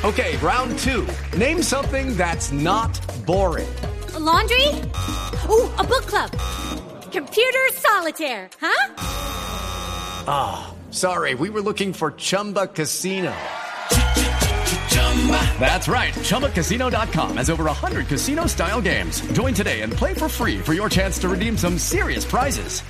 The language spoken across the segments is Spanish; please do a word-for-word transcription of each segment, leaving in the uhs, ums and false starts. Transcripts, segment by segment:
Okay, round two. Name something that's not boring. A laundry? Ooh, a book club. Computer solitaire, huh? Ah, oh, sorry, we were looking for Chumba Casino. That's right, Chumba Casino dot com has over one hundred casino-style games. Join today and play for free for your chance to redeem some serious prizes.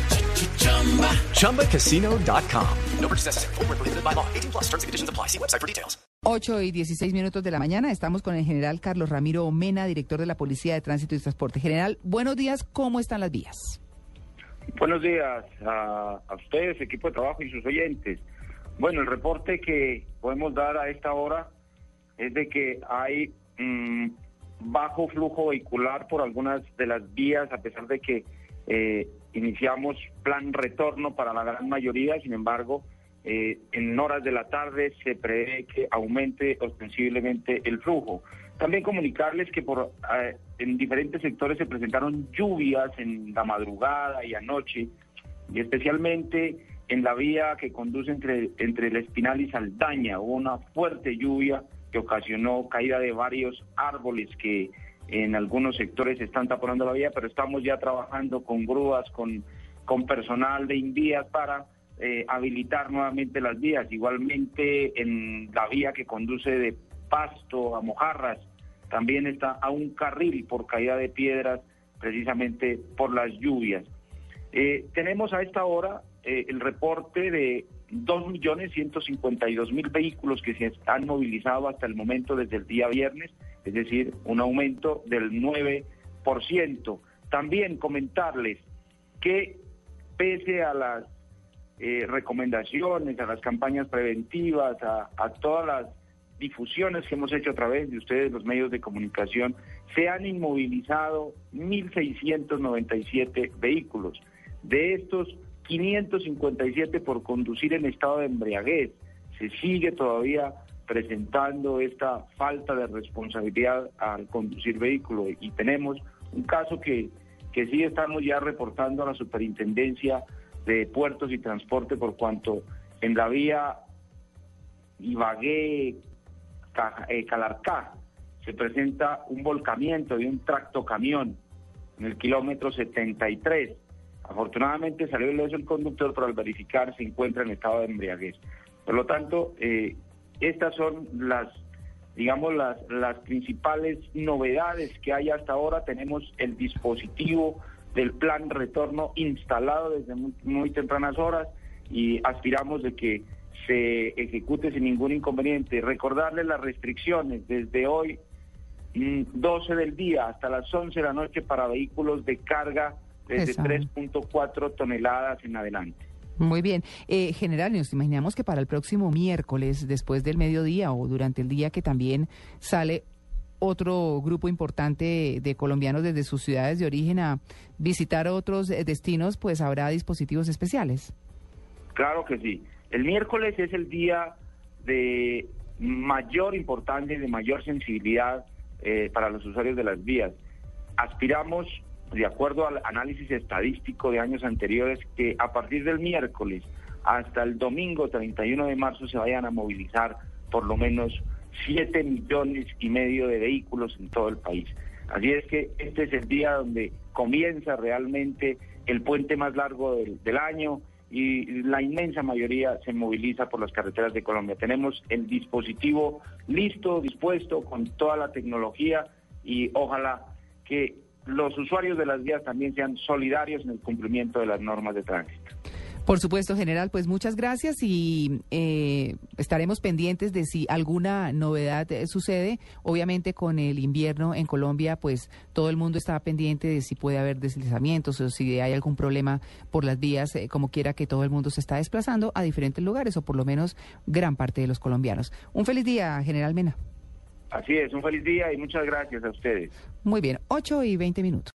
Chumba Casino dot com. No purchase necessary. Void where prohibited by law. eighteen plus terms and conditions apply. See website for details. ocho y dieciséis minutos de la mañana. Estamos con el general Carlos Ramiro Mena, director de la Policía de Tránsito y Transporte. General, buenos días. ¿Cómo están las vías? Buenos días a, a ustedes, equipo de trabajo y sus oyentes. Bueno, el reporte que podemos dar a esta hora es de que hay mmm, bajo flujo vehicular por algunas de las vías, a pesar de que eh, iniciamos plan retorno para la gran mayoría. Sin embargo, eh, en horas de la tarde se prevé que aumente ostensiblemente el flujo. También comunicarles que por eh, en diferentes sectores se presentaron lluvias en la madrugada y anoche, y especialmente en la vía que conduce entre, entre El Espinal y Saldaña. Hubo una fuerte lluvia que ocasionó caída de varios árboles que en algunos sectores están taponando la vía, pero estamos ya trabajando con grúas, con, con personal de Invías para eh, habilitar nuevamente las vías. Igualmente en la vía que conduce de Pasto a Mojarras también está a un carril por caída de piedras, precisamente por las lluvias. Eh, tenemos a esta hora eh, el reporte de dos millones ciento cincuenta y dos mil vehículos que se han movilizado hasta el momento desde el día viernes, es decir, un aumento del nueve por ciento. También comentarles que pese a las eh, recomendaciones, a las campañas preventivas, a, a todas las difusiones que hemos hecho a través de ustedes, los medios de comunicación, se han inmovilizado mil seiscientos noventa y siete vehículos. De estos, quinientos cincuenta y siete por conducir en estado de embriaguez. Se sigue todavía presentando esta falta de responsabilidad al conducir vehículo, y tenemos un caso que, que sí estamos ya reportando a la Superintendencia de Puertos y Transporte, por cuanto en la vía Ibagué, eh, Calarcá se presenta un volcamiento de un tractocamión en el kilómetro setenta y tres. Afortunadamente salió ileso el conductor, pero al verificar se encuentra en estado de embriaguez. Por lo tanto, eh, estas son las, digamos, las, las principales novedades que hay hasta ahora. Tenemos el dispositivo del plan retorno instalado desde muy, muy tempranas horas y aspiramos de que se ejecute sin ningún inconveniente. Recordarles las restricciones desde hoy, doce del día hasta las once de la noche para vehículos de carga desde tres punto cuatro toneladas en adelante. Muy bien. Eh, general, nos imaginamos que para el próximo miércoles, después del mediodía o durante el día, que también sale otro grupo importante de colombianos desde sus ciudades de origen a visitar otros destinos, pues habrá dispositivos especiales. Claro que sí. El miércoles es el día de mayor importancia y de mayor sensibilidad eh, para los usuarios de las vías. Aspiramos, de acuerdo al análisis estadístico de años anteriores, que a partir del miércoles hasta el domingo treinta y uno de marzo se vayan a movilizar por lo menos siete millones y medio de vehículos en todo el país. Así es que este es el día donde comienza realmente el puente más largo del, del año, y la inmensa mayoría se moviliza por las carreteras de Colombia. Tenemos el dispositivo listo, dispuesto, con toda la tecnología, y ojalá que los usuarios de las vías también sean solidarios en el cumplimiento de las normas de tránsito. Por supuesto, general, pues muchas gracias, y eh, estaremos pendientes de si alguna novedad eh, sucede. Obviamente con el invierno en Colombia, pues todo el mundo está pendiente de si puede haber deslizamientos o si hay algún problema por las vías, eh, como quiera que todo el mundo se está desplazando a diferentes lugares, o por lo menos gran parte de los colombianos. Un feliz día, general Mena. Así es, un feliz día y muchas gracias a ustedes. Muy bien, ocho y veinte minutos.